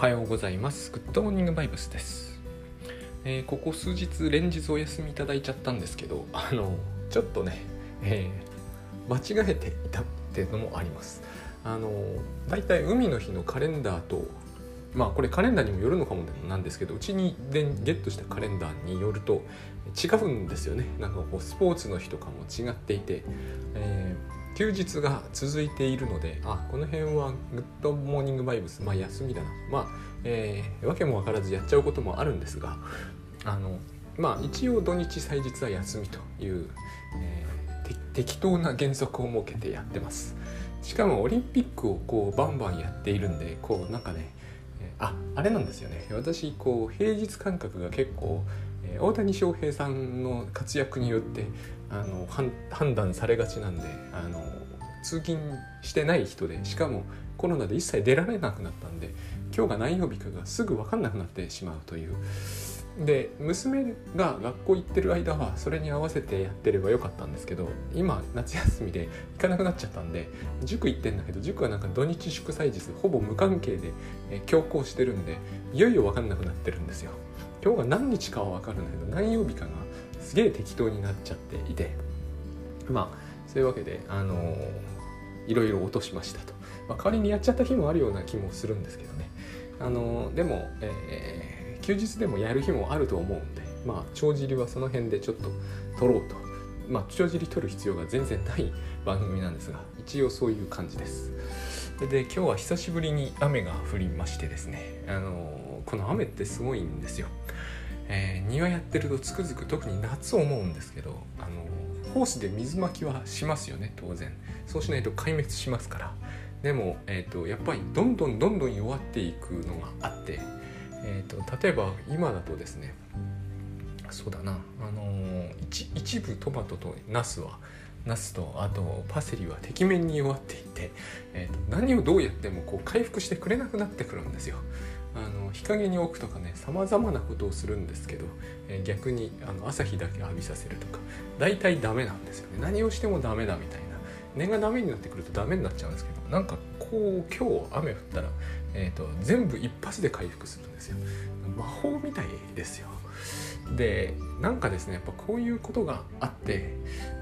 はようございます。グッドモーニングバイブスです。ここ数日連日お休みいただいちゃったんですけど、ちょっとね、間違えていたっていうのもあります。だいたい海の日のカレンダーと、これカレンダーにもよるのかもなんですけど、うちにゲットしたカレンダーによると違うんですよね。なんかこうスポーツの日とかも違っていて、休日が続いているので、この辺はグッドモーニングバイブス、休みだな、わけも分からずやっちゃうこともあるんですが、一応土日祭日は休みという、適当な原則を設けてやってます。しかもオリンピックをこうバンバンやっているんで、こうなんかね、あれなんですよね。私こう平日感覚が結構、大谷翔平さんの活躍によって判断されがちなんで、通勤してない人で、しかもコロナで一切出られなくなったんで、今日が何曜日かがすぐ分かんなくなってしまうという。で、娘が学校行ってる間はそれに合わせてやってればよかったんですけど、今夏休みで行かなくなっちゃったんで、塾行ってんだけど、塾はなんか土日祝祭日ほぼ無関係で強行してるんで、いよいよ分かんなくなってるんですよ。今日が何日かは分かるんだけど、何曜日かがすげえ適当になっちゃっていて、そういうわけでいろいろ落としましたと。代わりにやっちゃった日もあるような気もするんですけどね。でも、休日でもやる日もあると思うんで、帳尻はその辺でちょっと取ろうと。帳尻取る必要が全然ない番組なんですが、一応そういう感じです。で、今日は久しぶりに雨が降りましてですね、この雨ってすごいんですよ。庭やってるとつくづく、特に夏思うんですけど、ホースで水まきはしますよね、当然。そうしないと壊滅しますから。でも、やっぱりどんどん弱っていくのがあって、例えば今だとですね、そうだな、一部トマトとナスとあとパセリはてきめんに弱っていて、何をどうやってもこう回復してくれなくなってくるんですよ。日陰に置くとかね、様々なことをするんですけど、逆に朝日だけ浴びさせるとか大体ダメなんですよね。何をしてもダメだみたいな、根がダメになってくるとダメになっちゃうんですけど、なんかこう今日雨降ったら、全部一発で回復するんですよ。魔法みたいですよ。で、なんかですね、やっぱこういうことがあって、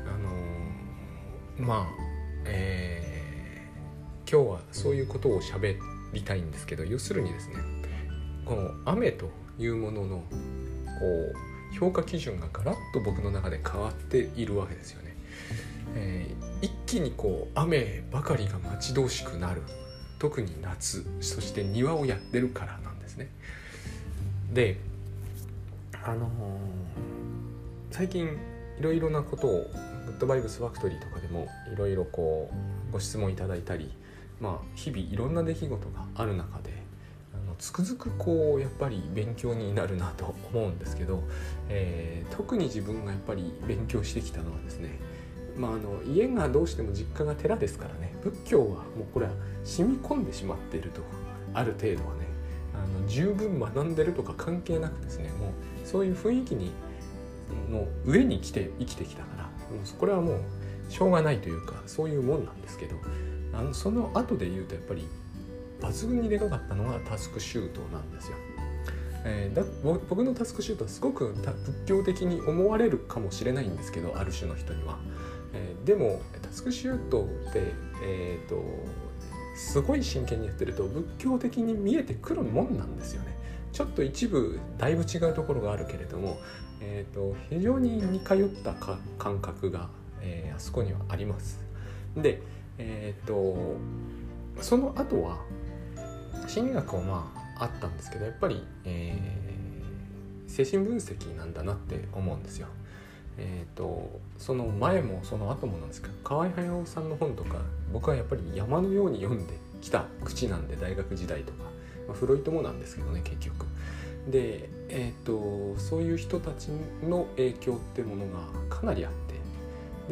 今日はそういうことを喋りたいんですけど、要するにですね、この雨というもののこう評価基準がガラッと僕の中で変わっているわけですよね。一気にこう雨ばかりが待ち遠しくなる、特に夏、そして庭をやってるからなんですね。で、最近いろいろなことをグッドバイブスファクトリーとかでもいろいろこうご質問いただいたり、日々いろんな出来事がある中で、つくづくこうやっぱり勉強になるなと思うんですけど、特に自分がやっぱり勉強してきたのはですね、家がどうしても実家が寺ですからね、仏教はもうこれは染み込んでしまっていると、ある程度はね、十分学んでるとか関係なくですね、もうそういう雰囲気の上に生きてきたから、これはもうしょうがないというか、そういうもんなんですけど、その後で言うとやっぱり抜群にでかかったのがタスクシュートなんですよ。僕のタスクシュートはすごく仏教的に思われるかもしれないんですけど、ある種の人には。でもタスクシュートって、すごい真剣にやってると仏教的に見えてくるもんなんですよね。ちょっと一部だいぶ違うところがあるけれども、非常に似通った感覚が、あそこにはあります。で、その後は心理学はあったんですけど、やっぱり、精神分析なんだなって思うんですよ。その前もその後もなんですけど、河合駿さんの本とか僕はやっぱり山のように読んできた口なんで、大学時代とか、フロイトもなんですけどね、結局。で、そういう人たちの影響ってものがかなりあって、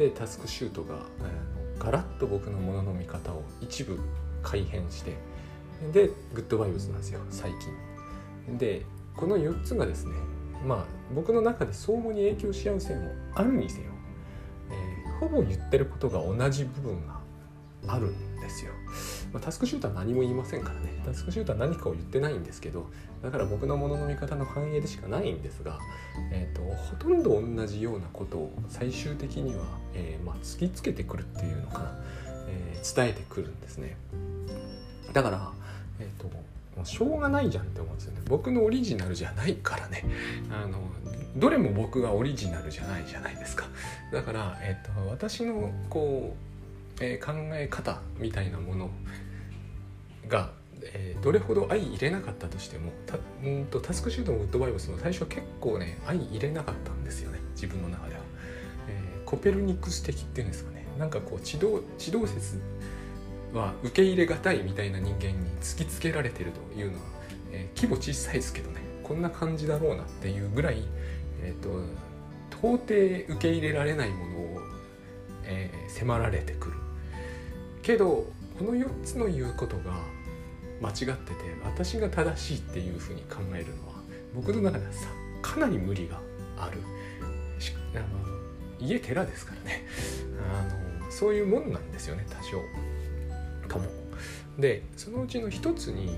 でタスクシュートが、ガラッと僕のものの見方を一部改変して、でグッドバイブスなんですよ最近で。この4つがですね、僕の中で相互に影響し合う線もあるにせよ、ほぼ言ってることが同じ部分があるんですよ。タスクシューター何も言いませんからね。タスクシューター何かを言ってないんですけど、だから僕のものの見方の反映でしかないんですが、ほとんど同じようなことを最終的には、突きつけてくるっていうのかな、伝えてくるんですね。だから、もうしょうがないじゃんって思うんですよね。僕のオリジナルじゃないからね。どれも僕がオリジナルじゃないじゃないですか。だから、私の考え方みたいなものが、どれほど相入れなかったとしても、タスクシュートもウッドバイブスも最初は結構ね相入れなかったんですよね、自分の中では。コペルニクス的っていうんですかね、なんかこう地動説は受け入れがたいみたいな人間に突きつけられているというのは、規模小さいですけどね、こんな感じだろうなっていうぐらい、到底受け入れられないものを、迫られてくるけど、この4つの言うことが間違ってて私が正しいっていうふうに考えるのは僕の中ではかなり無理がある。家寺ですからね、そういうもんなんですよね、多少かも。でそのうちの一つに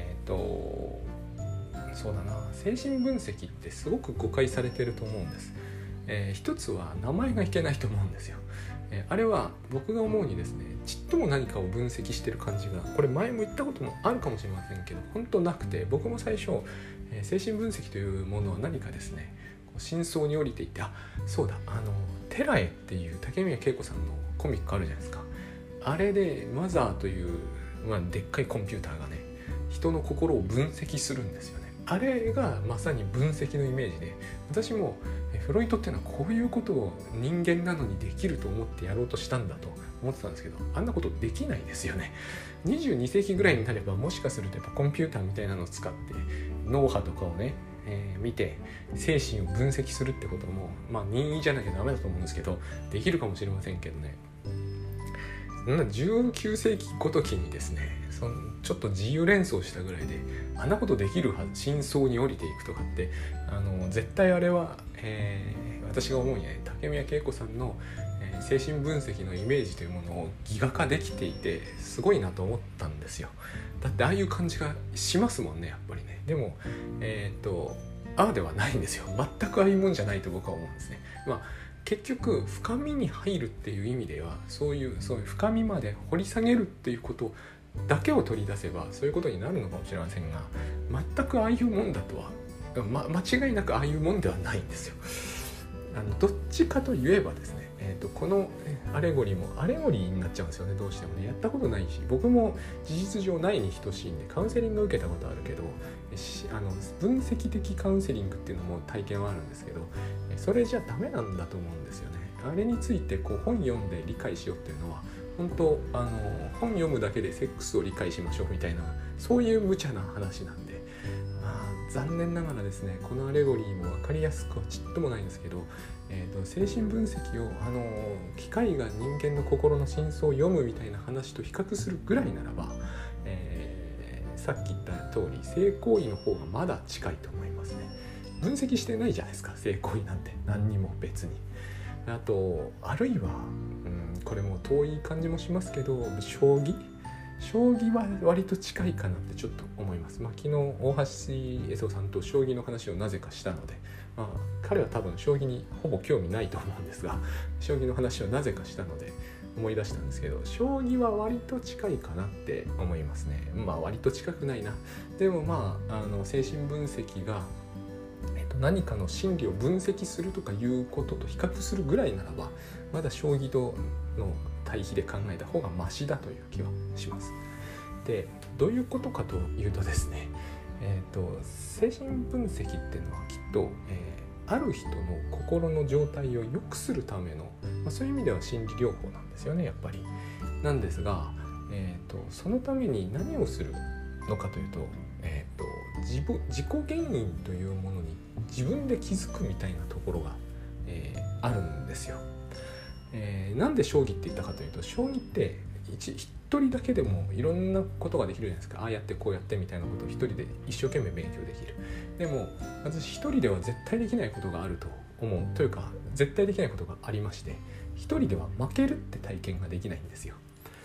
そうだな、精神分析ってすごく誤解されてると思うんです。一つは名前がいけないと思うんですよ。あれは僕が思うにですね、ちっとも何かを分析してる感じが、これ前も言ったこともあるかもしれませんけど本当なくて、僕も最初、精神分析というものは何かですね、真相に降りていって、そうだ、テラエっていう竹宮恵子さんのコミックあるじゃないですか。あれでマザーという、でっかいコンピューターがね人の心を分析するんですよね。あれがまさに分析のイメージで、私もフロイトっていうのはこういうことを人間なのにできると思ってやろうとしたんだと思ってたんですけど、あんなことできないですよね。22世紀ぐらいになればもしかするとやっぱコンピューターみたいなのを使って脳波とかをね、見て精神を分析するってことも任意じゃなきゃダメだと思うんですけど、できるかもしれませんけどね。19世紀ごときにですね、ちょっと自由連想したぐらいであんなことできるはず、真相に降りていくとかって絶対あれは、私が思うにね、竹宮恵子さんの、精神分析のイメージというものをギガ化できていてすごいなと思ったんですよ。だってああいう感じがしますもんね、やっぱりね。でもああではないんですよ。全くああいうもんじゃないと僕は思うんですね。結局深みに入るっていう意味ではそういう深みまで掘り下げるっていうことだけを取り出せばそういうことになるのかもしれませんが、全くああいうもんだとは、間違いなくああいうもんではないんですよ。どっちかといえばですね、このアレゴリーもアレゴリーになっちゃうんですよね、どうしてもね。やったことないし、僕も事実上ないに等しいんでカウンセリング受けたことあるけど、分析的カウンセリングっていうのも体験はあるんですけど、それじゃダメなんだと思うんですよね。あれについて本読んで理解しようっていうのは本当本読むだけでセックスを理解しましょうみたいな、そういう無茶な話なんで、残念ながらですね、このアレゴリーも分かりやすくはちっともないんですけど、精神分析を機械が人間の心の真相を読むみたいな話と比較するぐらいならば、さっき言った通り性行為の方がまだ近いと思いますね。分析してないじゃないですか、性行為なんて何にも別に。あるいは、これも遠い感じもしますけど、将棋は割と近いかなってちょっと思います。昨日大橋恵三さんと将棋の話をなぜかしたので、彼は多分将棋にほぼ興味ないと思うんですが、将棋の話をなぜかしたので思い出したんですけど、将棋は割と近いかなって思いますね。割と近くないな。でも精神分析が何かの心理を分析するとかいうことと比較するぐらいならば、まだ将棋との対比で考えた方がマシだという気はします。で、どういうことかというとですね、精神分析っていうのはきっと、ある人の心の状態を良くするための、そういう意味では心理療法なんですよね、やっぱり。なんですが、そのために何をするのかというと、自己原因というものに自分で気づくみたいなところが、あるんですよ。なんで将棋って言ったかというと、将棋って一人だけでもいろんなことができるじゃないですか。ああやってこうやってみたいなことを一人で一生懸命勉強できる。でも私一人では絶対できないことがあると思うというか、絶対できないことがありまして、一人では負けるって体験ができないんですよ。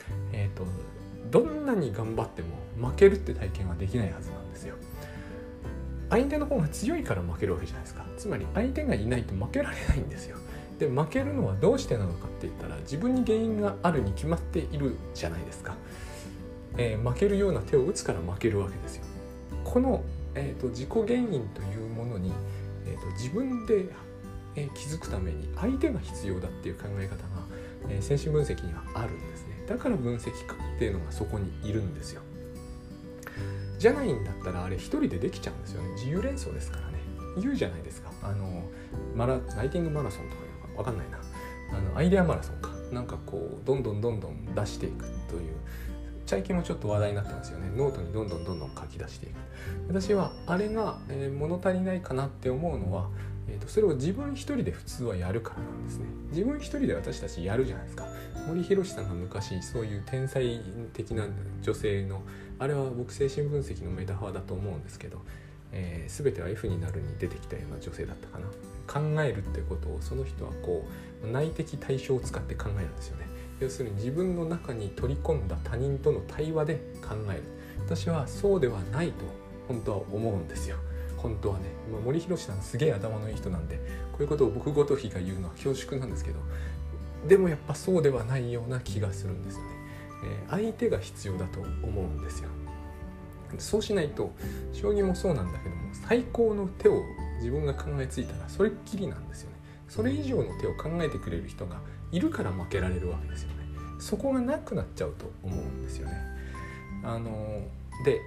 どんなに頑張っても負けるって体験はできないはずなんですよ。相手の方が強いから負けるわけじゃないですか。つまり相手がいないと負けられないんですよ。で負けるのはどうしてなのかって言ったら、自分に原因があるに決まっているじゃないですか。負けるような手を打つから負けるわけですよ。この、自己原因というものに、自分で、気づくために相手が必要だっていう考え方が、精神分析にはあるんですね。だから分析家っていうのがそこにいるんですよ。じゃないんだったらあれ一人でできちゃうんですよね。自由連想ですからね。言うじゃないですか。ライティングマラソンとかいうのかわかんないな。アイデアマラソンか。なんかこうどんどん出していくという。最近もちょっと話題になってますよね。ノートにどんどん書き出していく。私はあれが、物足りないかなって思うのは、それを自分一人で普通はやるからなんですね。自分一人で私たちやるじゃないですか。森博さんが昔そういう天才的な女性の、あれは僕精神分析のメタファーだと思うんですけど、全ては F になるに出てきたような女性だったかな。考えるってことをその人はこう内的対象を使って考えるんですよね。要するに自分の中に取り込んだ他人との対話で考える。私はそうではないと本当は思うんですよ。本当はね、森博さんすげえ頭のいい人なんで、こういうことを僕ごときが言うのは恐縮なんですけど、でもやっぱそうではないような気がするんですよね。相手が必要だと思うんですよ。そうしないと、将棋もそうなんだけども、最高の手を自分が考えついたらそれっきりなんですよね。それ以上の手を考えてくれる人がいるから負けられるわけですよね。そこがなくなっちゃうと思うんですよね。で、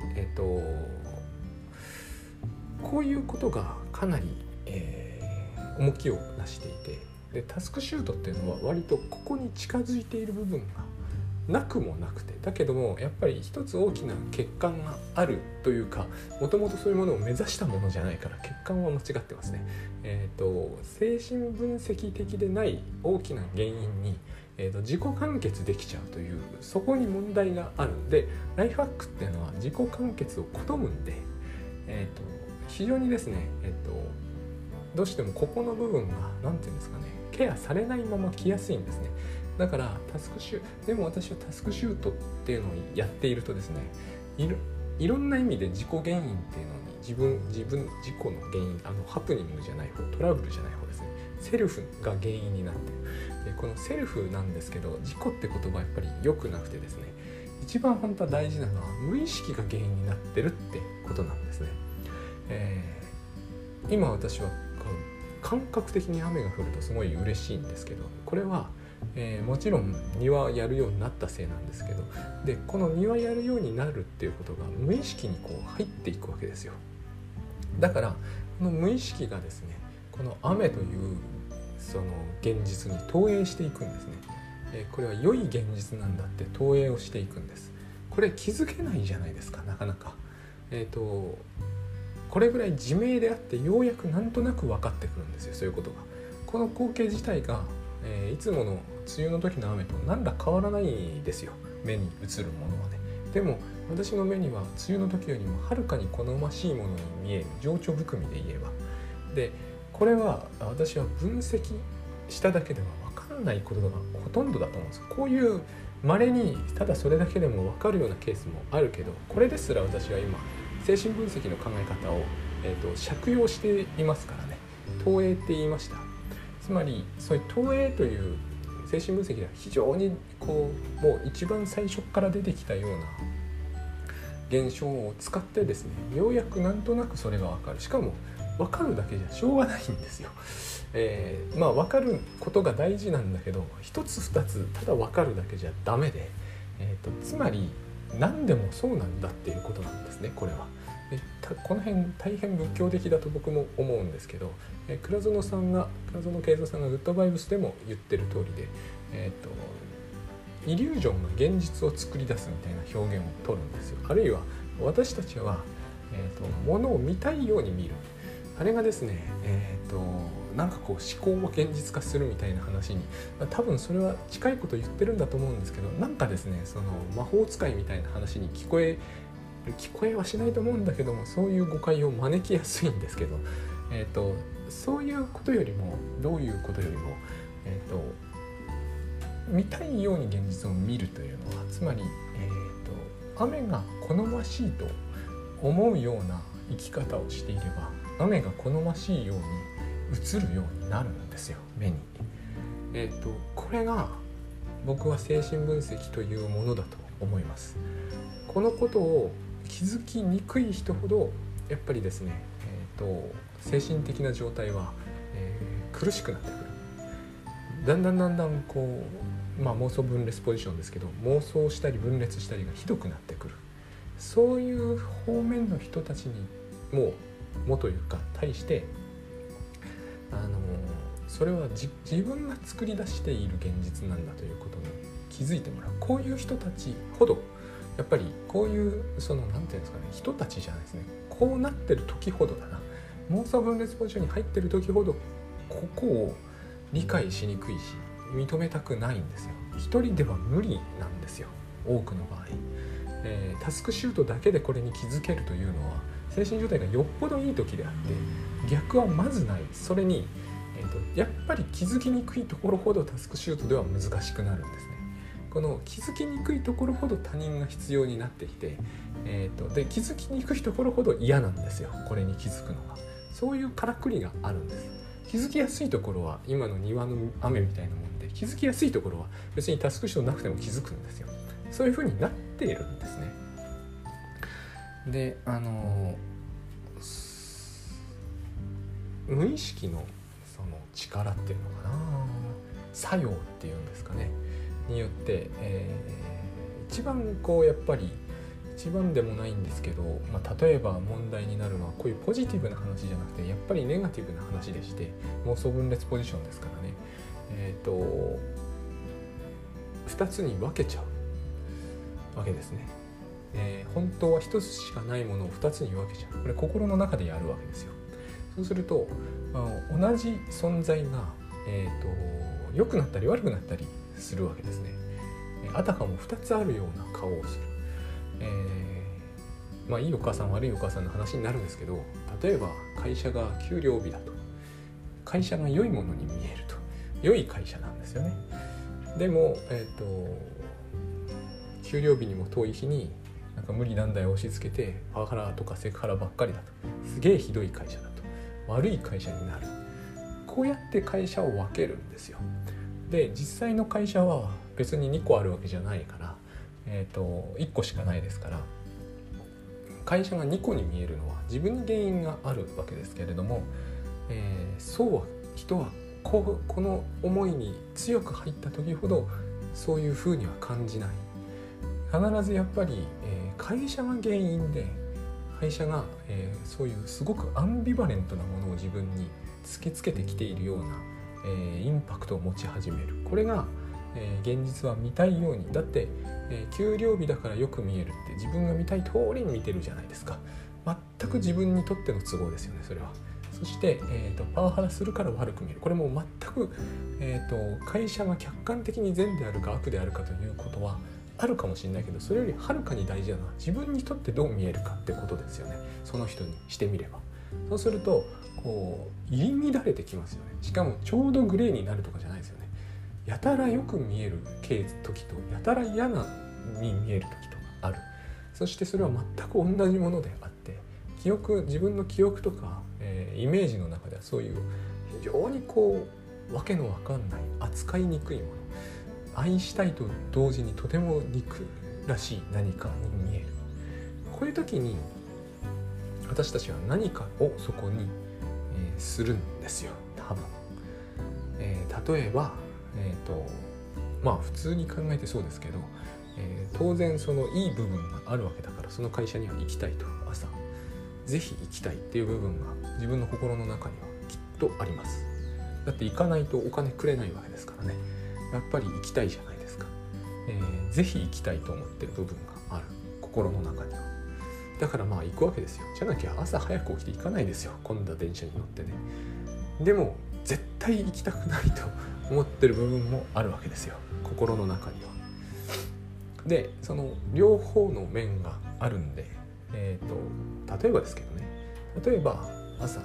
こういうことがかなり、重きをなしていて、でタスクシュートっていうのは割とここに近づいている部分がなくもなくて、だけどもやっぱり一つ大きな欠陥があるというか、もともとそういうものを目指したものじゃないから欠陥は間違ってますね。精神分析的でない大きな原因に、自己完結できちゃうという、そこに問題があるんで、ライフハックっていうのは自己完結を好むんで、非常にですね、どうしてもここの部分がなんていうんですかね、ケアされないまま来やすいんですね。だからでも私はタスクシュートっていうのをやっているとですね、いろんな意味で自己原因っていうのに自己の原因、ハプニングじゃない方、トラブルじゃない方ですね、セルフが原因になっている。でこのセルフなんですけど、自己って言葉はやっぱり良くなくてですね、一番本当は大事なのは無意識が原因になってるってことなんですね。今私は感覚的に雨が降るとすごい嬉しいんですけど、これはもちろん庭やるようになったせいなんですけど、でこの庭やるようになるっていうことが無意識にこう入っていくわけですよ。だからこの無意識がですね、この雨というその現実に投影していくんですね。これは良い現実なんだって投影をしていくんです。これ気づけないじゃないですか、なかなか。これぐらい自明であって、ようやくなんとなく分かってくるんですよ、そういうことが。この光景自体がいつもの梅雨の時の雨と何ら変わらないですよ、目に映るものはね。でも私の目には梅雨の時よりもはるかに好ましいものに見える、情緒含みで言えば。でこれは私は分析しただけでは分かんないことがほとんどだと思うんです。こういう稀にただそれだけでも分かるようなケースもあるけど、これですら私は今精神分析の考え方を、借用していますからね。投影って言いました。つまりそういう投影という精神分析では非常にこうもう一番最初から出てきたような現象を使ってですね、ようやくなんとなくそれが分かる。しかも分かるだけじゃしょうがないんですよ。分かることが大事なんだけど、一つ二つただ分かるだけじゃダメで、つまり何でもそうなんだっていうことなんですね、これは。この辺大変仏教的だと僕も思うんですけど、倉園慶三さんがグッドバイブスでも言ってる通りで、イリュージョンが現実を作り出すみたいな表現を取るんですよ。あるいは私たちは、物を見たいように見る。あれがですね、なんかこう思考を現実化するみたいな話に、多分それは近いこと言ってるんだと思うんですけど、なんかですね、その魔法使いみたいな話に聞こえはしないと思うんだけども、そういう誤解を招きやすいんですけど、そういうことよりも、どういうことよりも、 見たいように現実を見るというのは、つまり、雨が好ましいと思うような生き方をしていれば、雨が好ましいように映るようになるんですよ、目に。これが僕は精神分析というものだと思います。このことを気づきにくい人ほどやっぱりですね、精神的な状態は、苦しくなってくる。だんだんこう、妄想分裂ポジションですけど、妄想したり分裂したりがひどくなってくる。そういう方面の人たちにもというか対して、それは自分が作り出している現実なんだということに気づいてもらう。こういう人たちほどやっぱりこういうなんていうんですかね、人たちじゃないですね、こうなってる時ほどだな、妄想分裂ポジションに入ってる時ほどここを理解しにくいし認めたくないんですよ。一人では無理なんですよ、多くの場合。タスクシュートだけでこれに気づけるというのは精神状態がよっぽどいい時であって、逆はまずない。それに、やっぱり気づきにくいところほどタスクシュートでは難しくなるんですね。この気づきにくいところほど他人が必要になってきて、で気づきにくいところほど嫌なんですよ、これに気づくのが。そういうからくりがあるんです。気づきやすいところは今の庭の雨みたいなもんで、気づきやすいところは別にタスクシュートなくても気づくんですよ。そういう風になっているんですね。で、無意識のその力っていうのかな、作用っていうんですかね、によって、一番こうやっぱり一番でもないんですけど、例えば問題になるのはこういうポジティブな話じゃなくてやっぱりネガティブな話でして、妄想分裂ポジションですからね、2つに分けちゃうわけですね。本当は1つしかないものを2つに分けちゃう。これ心の中でやるわけですよ。そうすると、同じ存在が、良くなったり悪くなったりするわけですね。あたかも2つあるような顔をする。いいお母さん悪いお母さんの話になるんですけど、例えば会社が給料日だと、会社が良いものに見えると、良い会社なんですよね。でも、給料日にも遠い日になんか無理難題を押し付けてパワハラとかセクハラばっかりだと、すげえひどい会社だと、悪い会社になる。こうやって会社を分けるんですよ。で、実際の会社は別に2個あるわけじゃないから、1個しかないですから、会社が2個に見えるのは自分に原因があるわけですけれども、そうは人はこの思いに強く入った時ほどそういうふうには感じない。必ずやっぱり、会社が原因で、会社が、そういうすごくアンビバレントなものを自分に突きつけてきているような、インパクトを持ち始める。これが、現実は見たいように、だって、給料日だからよく見えるって自分が見たい通りに見てるじゃないですか。全く自分にとっての都合ですよね、それは。そして、パワハラするから悪く見える。これも全く、会社が客観的に善であるか悪であるかということはあるかもしれないけど、それよりはるかに大事なのは自分にとってどう見えるかってことですよね、その人にしてみれば。そうするとこう入り乱れてきますよね。しかもちょうどグレーになるとかじゃないですよね。やたらよく見える時とやたら嫌なに見える時とかある。そしてそれは全く同じものであって、自分の記憶とか、イメージの中ではそういう非常にこうわけのわかんない扱いにくいもの、愛したいと同時にとても憎らしい何かに見える。こういう時に私たちは何かをそこに、するんですよ、多分。例えば、普通に考えてそうですけど、当然そのいい部分があるわけだから、その会社には行きたいと、朝ぜひ行きたいっていう部分が自分の心の中にはきっとあります。だって行かないとお金くれないわけですからね。やっぱり行きたいじゃないですか。ぜひ行きたいと思ってる部分がある、心の中には。だから行くわけですよ。じゃなきゃ朝早く起きて行かないですよ、混んだ電車に乗ってね。でも絶対行きたくないと思ってる部分もあるわけですよ、心の中には。で、その両方の面があるんで、例えばですけどね、例えば朝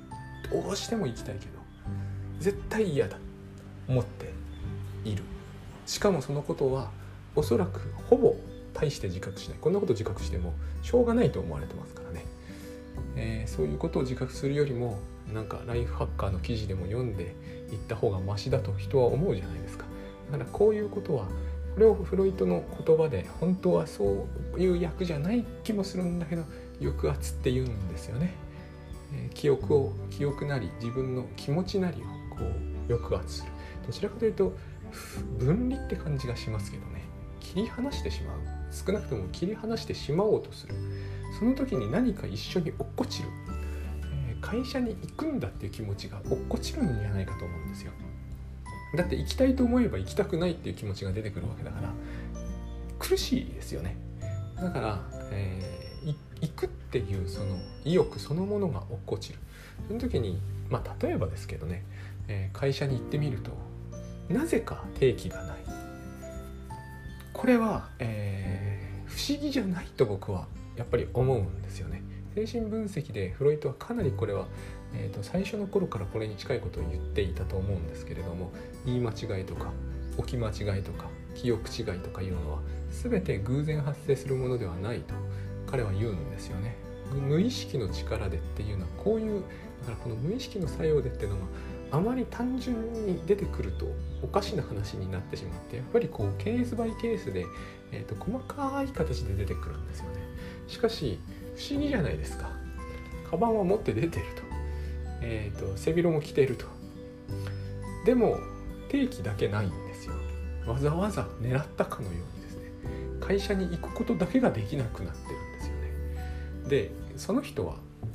どうしても行きたいけど絶対嫌だと思っている。 しかもそのことはおそらくほぼ大して自覚しない。こんなこと自覚してもしょうがないと思われてますからね。そういうことを自覚するよりもなんかライフハッカーの記事でも読んでいった方がマシだと人は思うじゃないですか。だからこういうことは、これをフロイトの言葉で本当はそういう役じゃない気もするんだけど、抑圧って言うんですよね。記憶なり自分の気持ちなりをこう抑圧する。どちらかというと分離って感じがしますけどね。切り離してしまう、少なくとも切り離してしまおうとする。その時に何か一緒に落っこちる、会社に行くんだっていう気持ちが落っこちるんじゃないかと思うんですよ。だって行きたいと思えば行きたくないっていう気持ちが出てくるわけだから苦しいですよね。だから、行くっていうその意欲そのものが落っこちる。その時に、例えばですけどね、会社に行ってみるとなぜか定期がない。これは、不思議じゃないと僕はやっぱり思うんですよね。精神分析でフロイトはかなりこれは、最初の頃からこれに近いことを言っていたと思うんですけれども、言い間違いとか置き間違いとか記憶違いとかいうのは全て偶然発生するものではないと彼は言うんですよね。無意識の力でっていうのはこういう、だからこの無意識の作用でっていうのがあまり単純に出てくるとおかしな話になってしまって、やっぱりこうケースバイケースで、細かい形で出てくるんですよね。しかし不思議じゃないですか。カバンは持って出てると、背広も着ていると。でも定期だけないんですよ。わざわざ狙ったかのようにですね、会社に行くことだけができなくなってるんですよね。で、その人は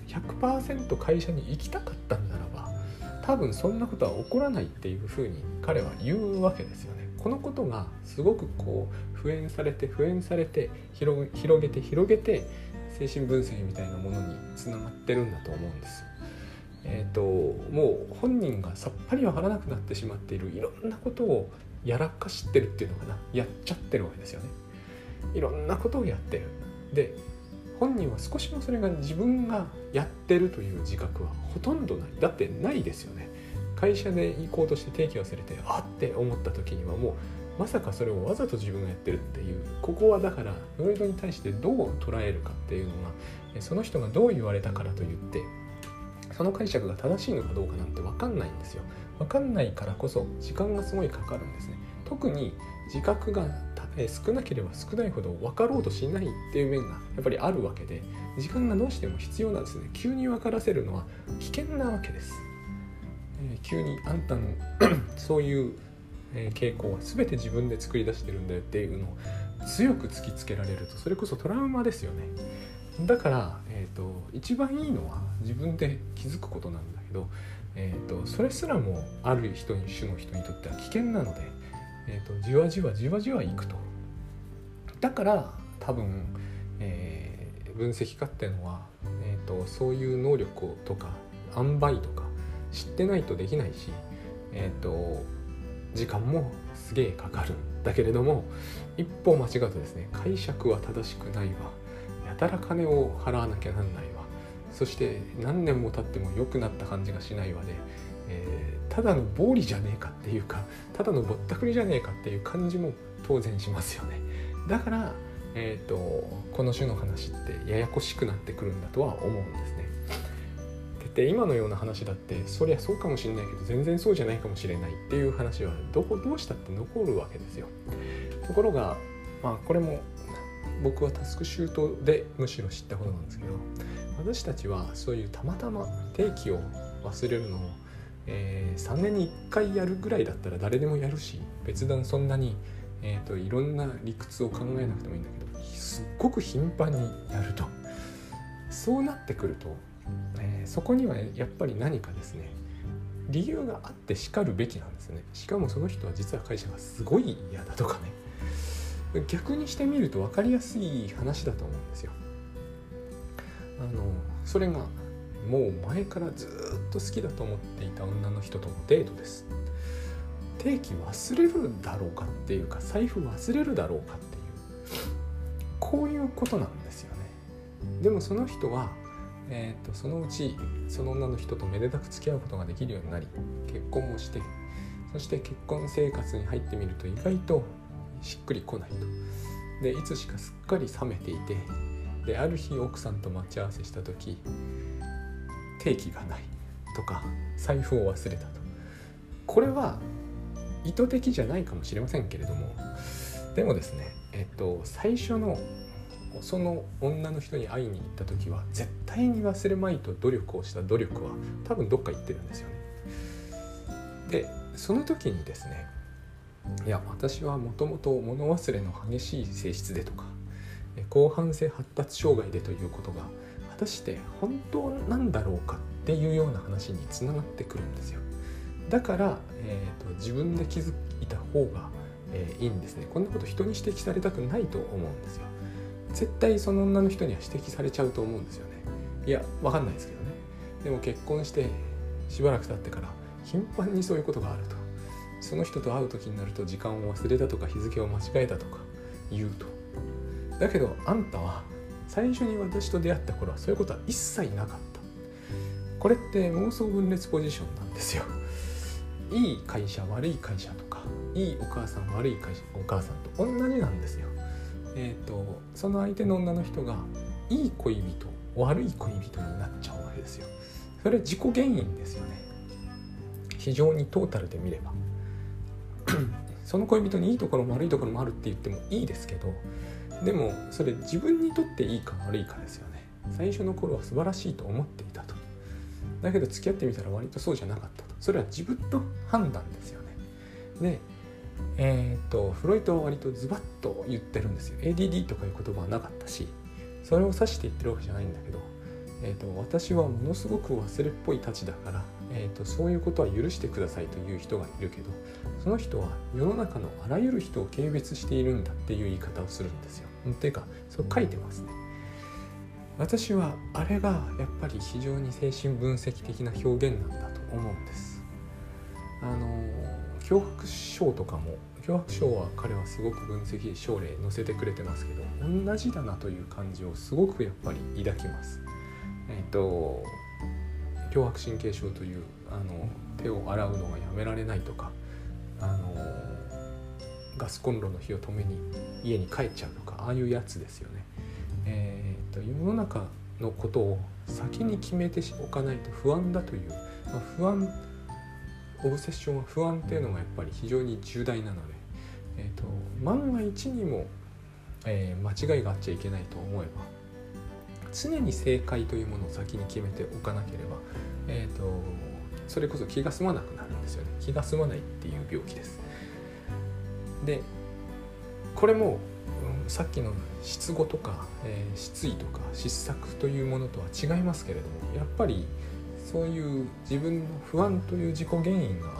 100% 会社に行きたかったんならば多分そんなことは起こらないっていうふうに彼は言うわけですよね。このことがすごくこう敷衍されて広げて精神分析みたいなものにつながってるんだと思うんです。もう本人がさっぱりわからなくなってしまっているいろんなことをやらかしてるっていうのかな、やっちゃってるわけですよね。いろんなことをやってる。で、本人は少しもそれが自分がやってるという自覚はほとんどない。だってないですよね。会社で行こうとして定期忘れてって思った時にはもうまさかそれをわざと自分がやってるっていう、ここはだからフロイトに対してどう捉えるかっていうのが、その人がどう言われたからといってその解釈が正しいのかどうかなんて分かんないんですよ。分かんないからこそ時間がすごいかかるんですね。特に自覚が少なければ少ないほど分かろうとしないっていう面がやっぱりあるわけで、時間がどうしても必要なんですね。急に分からせるのは危険なわけです。急にあんたのそういう傾向は全て自分で作り出してるんだよっていうのを強く突きつけられるとそれこそトラウマですよね。だから、一番いいのは自分で気づくことなんだけど、それすらもある種の人にとっては危険なので、じわじわいくと。だから多分、分析家っていうのは、そういう能力とか塩梅とか知ってないとできないし、時間もすげえかかるんだけれども、一歩間違うとですね、解釈は正しくないわ、やたら金を払わなきゃなんないわ、そして何年も経っても良くなった感じがしないわで、ただの暴利じゃねえかっていうか、ただのぼったくりじゃねえかっていう感じも当然しますよね。だから、この種の話ってややこしくなってくるんだとは思うんですね。で、今のような話だってそりゃそうかもしれないけど全然そうじゃないかもしれないっていう話はどうしたって残るわけですよ。ところが、これも僕はタスクシュートでむしろ知ったことなんですけど、私たちはそういうたまたま定期を忘れるのを、3年に1回やるぐらいだったら誰でもやるし、別段そんなに、いろんな理屈を考えなくてもいいんだけど、すっごく頻繁にやると、そうなってくると、そこにはやっぱり何かですね、理由があってしかるべきなんですね。しかもその人は実は会社がすごい嫌だとかね、逆にしてみると分かりやすい話だと思うんですよ。それがもう前からずっと好きだと思っていた女の人とのデートです。定期忘れるだろうかっていうか、財布忘れるだろうかっていう、こういうことなんですよね。でもその人は、そのうちその女の人とめでたく付き合うことができるようになり、結婚もして、 そして結婚生活に入ってみると意外としっくりこないと。でいつしかすっかり冷めていて、である日奥さんと待ち合わせした時、定期がないとか財布を忘れたと。これは意図的じゃないかもしれませんけれども、でもですね、最初のその女の人に会いに行った時は絶対に忘れまいと努力をした努力は多分どっか行ってるんですよね。でその時にですね、いや私はもともと物忘れの激しい性質でとか広範性発達障害でということが果たして本当なんだろうかっていうような話につながってくるんですよ。だから、自分で気づいた方が、いいんですね。こんなこと人に指摘されたくないと思うんですよ。絶対その女の人には指摘されちゃうと思うんですよね。いやわかんないですけどね。でも結婚してしばらく経ってから頻繁にそういうことがあると。その人と会う時になると時間を忘れたとか日付を間違えたとか言うと。だけどあんたは最初に私と出会った頃はそういうことは一切なかった。これって妄想分裂ポジションなんですよ。いい会社悪い会社とか、いいお母さん悪いお母さんと同じなんですよ。その相手の女の人がいい恋人悪い恋人になっちゃうわけですよ。それ自己原因ですよね。非常にトータルで見ればその恋人にいいところも悪いところもあるって言ってもいいですけど、でもそれ自分にとっていいか悪いかですよね。最初の頃は素晴らしいと思っていたと。だけど付き合ってみたら割とそうじゃなかったと。それは自分の判断ですよね。で、フロイトは割とズバッと言ってるんですよ。 ADD とかいう言葉はなかったし、それを指して言ってるわけじゃないんだけど、私はものすごく忘れっぽいたちだから、そういうことは許してくださいという人がいるけど、その人は世の中のあらゆる人を軽蔑しているんだっていう言い方をするんですよ。っていうかそう書いてますね。私はあれがやっぱり非常に精神分析的な表現なんだと思うんです。脅迫症とかも、脅迫症は彼はすごく分析症例載せてくれてますけど、同じだなという感じをすごくやっぱり抱きます。強迫神経症という手を洗うのがやめられないとか、ガスコンロの火を止めに家に帰っちゃうとか、ああいうやつですよね。世の中のことを先に決めておかないと不安だという、不安、オブセッションは不安っていうのがやっぱり非常に重大なので、万が一にも、間違いがあっちゃいけないと思えば、常に正解というものを先に決めておかなければ、それこそ気が済まなくなるんですよね。気が済まないっていう病気です。でこれも、さっきの失語とか、失意とか失策というものとは違いますけれども、やっぱりそういう自分の不安という自己原因があって、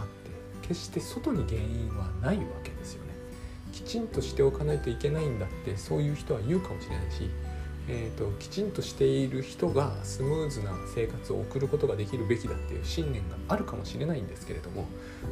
決して外に原因はないわけですよね。きちんとしておかないといけないんだってそういう人は言うかもしれないし、きちんとしている人がスムーズな生活を送ることができるべきだっていう信念があるかもしれないんですけれども、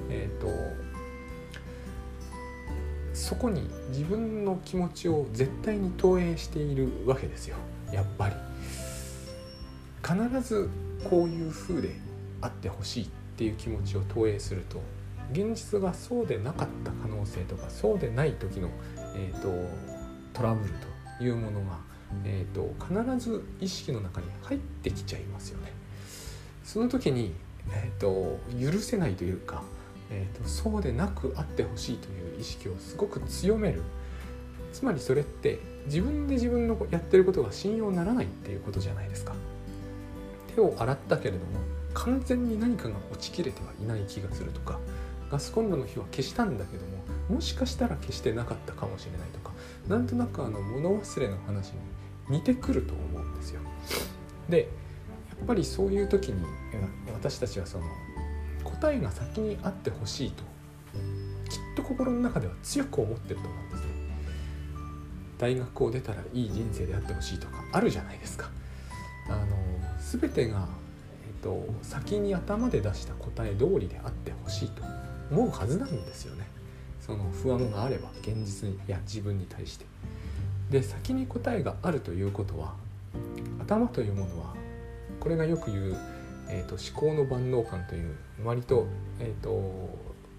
そこに自分の気持ちを絶対に投影しているわけですよ。やっぱり必ずこういう風であってほしいっていう気持ちを投影すると、現実がそうでなかった可能性とか、そうでない時の、トラブルというものが、必ず意識の中に入ってきちゃいますよね。その時に、許せないというか、そうでなくあってほしいという意識をすごく強める。つまりそれって自分で自分のやってることが信用ならないっていうことじゃないですか。手を洗ったけれども完全に何かが落ちきれてはいない気がするとか、ガスコンロの火は消したんだけどももしかしたら消してなかったかもしれないとか、なんとなく物忘れの話に似てくると思うんですよ。でやっぱりそういう時に私たちはその答えが先にあってほしいときっと心の中では強く思ってると思うんですね。大学を出たらいい人生であってほしいとかあるじゃないですか。全てが、先に頭で出した答え通りであってほしいと思うはずなんですよね。その不安があれば現実に自分に対して。で先に答えがあるということは、頭というものはこれがよく言う、思考の万能感という割と、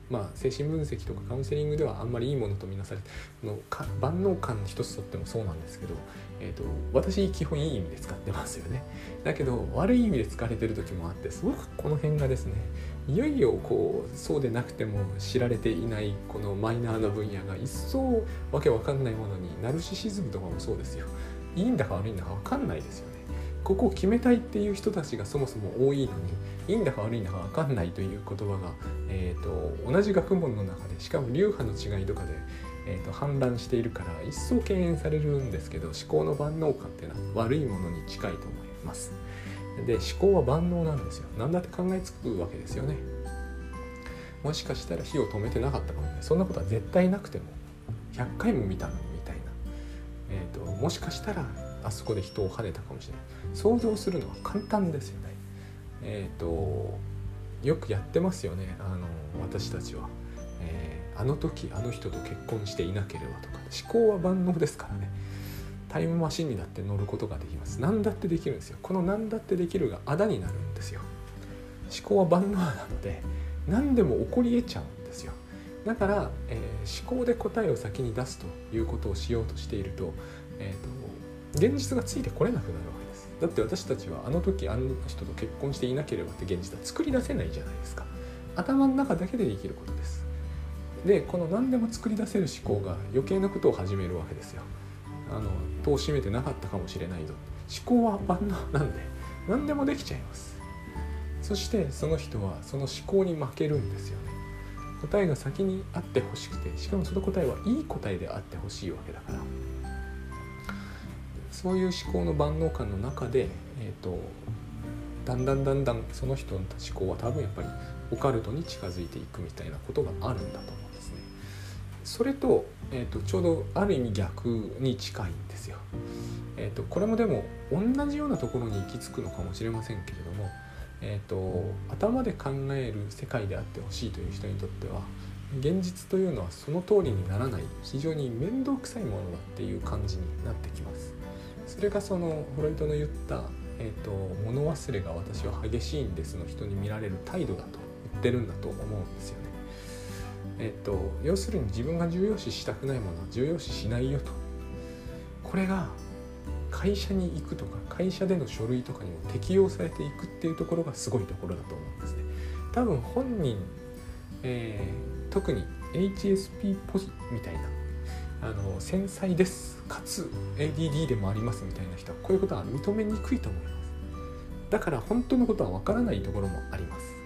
精神分析とかカウンセリングではあんまりいいものとみなされて万能感の一つとってもそうなんですけど、私基本いい意味で使ってますよね。だけど悪い意味で使われてる時もあって、すごくこの辺がですね、いよいよそうでなくても知られていないこのマイナーな分野が一層わけわかんないものに、ナルシシズムとかもそうですよ。いいんだか悪いんだかわかんないですよね。ここを決めたいっていう人たちがそもそも多いのに、いいんだか悪いんだか分かんないという言葉が、同じ学問の中で、しかも流派の違いとかで、氾濫しているから一層敬遠されるんですけど、思考の万能感っていうのは悪いものに近いと思います。で、思考は万能なんですよ。何だって考えつくわけですよね。もしかしたら火を止めてなかったかもね。そんなことは絶対なくても100回も見たのにみたいな、もしかしたらあそこで人を跳ねたかもしれない。想像するのは簡単ですよね。よくやってますよね、私たちは、あの時あの人と結婚していなければとか。思考は万能ですからね。タイムマシンにだって乗ることができます。何だってできるんですよ。この何だってできるがあだになるんですよ。思考は万能なので何でも起こり得ちゃうんですよ。だから、思考で答えを先に出すということをしようとしていると、現実がついてこれなくなるわけです。だって私たちはあの時あの人と結婚していなければって現実は作り出せないじゃないですか。頭の中だけでできることです。で、この何でも作り出せる思考が余計なことを始めるわけですよ。戸を閉めてなかったかもしれないぞ。思考は万能なんで何でもできちゃいます。そしてその人はその思考に負けるんですよね。答えが先にあってほしくて、しかもその答えはいい答えであってほしいわけだから、そういう思考の万能感の中で、だんだんその人の思考は多分やっぱりオカルトに近づいていくみたいなことがあるんだと思うんですね。それと、ちょうどある意味逆に近いんですよ。これもでも同じようなところに行き着くのかもしれませんけれども、頭で考える世界であってほしいという人にとっては、現実というのはその通りにならない、非常に面倒くさいものだっていう感じになってきます。それがそのフロイトの言った、物忘れが私は激しいんですの人に見られる態度だと言ってるんだと思うんですよね。要するに自分が重要視したくないものは重要視しないよと。これが会社に行くとか会社での書類とかにも適用されていくっていうところがすごいところだと思うんですね。多分本人、特に HSP っぽいみたいな繊細ですかつ ADD でもありますみたいな人はこういうことは認めにくいと思います。だから本当のことはわからないところもあります。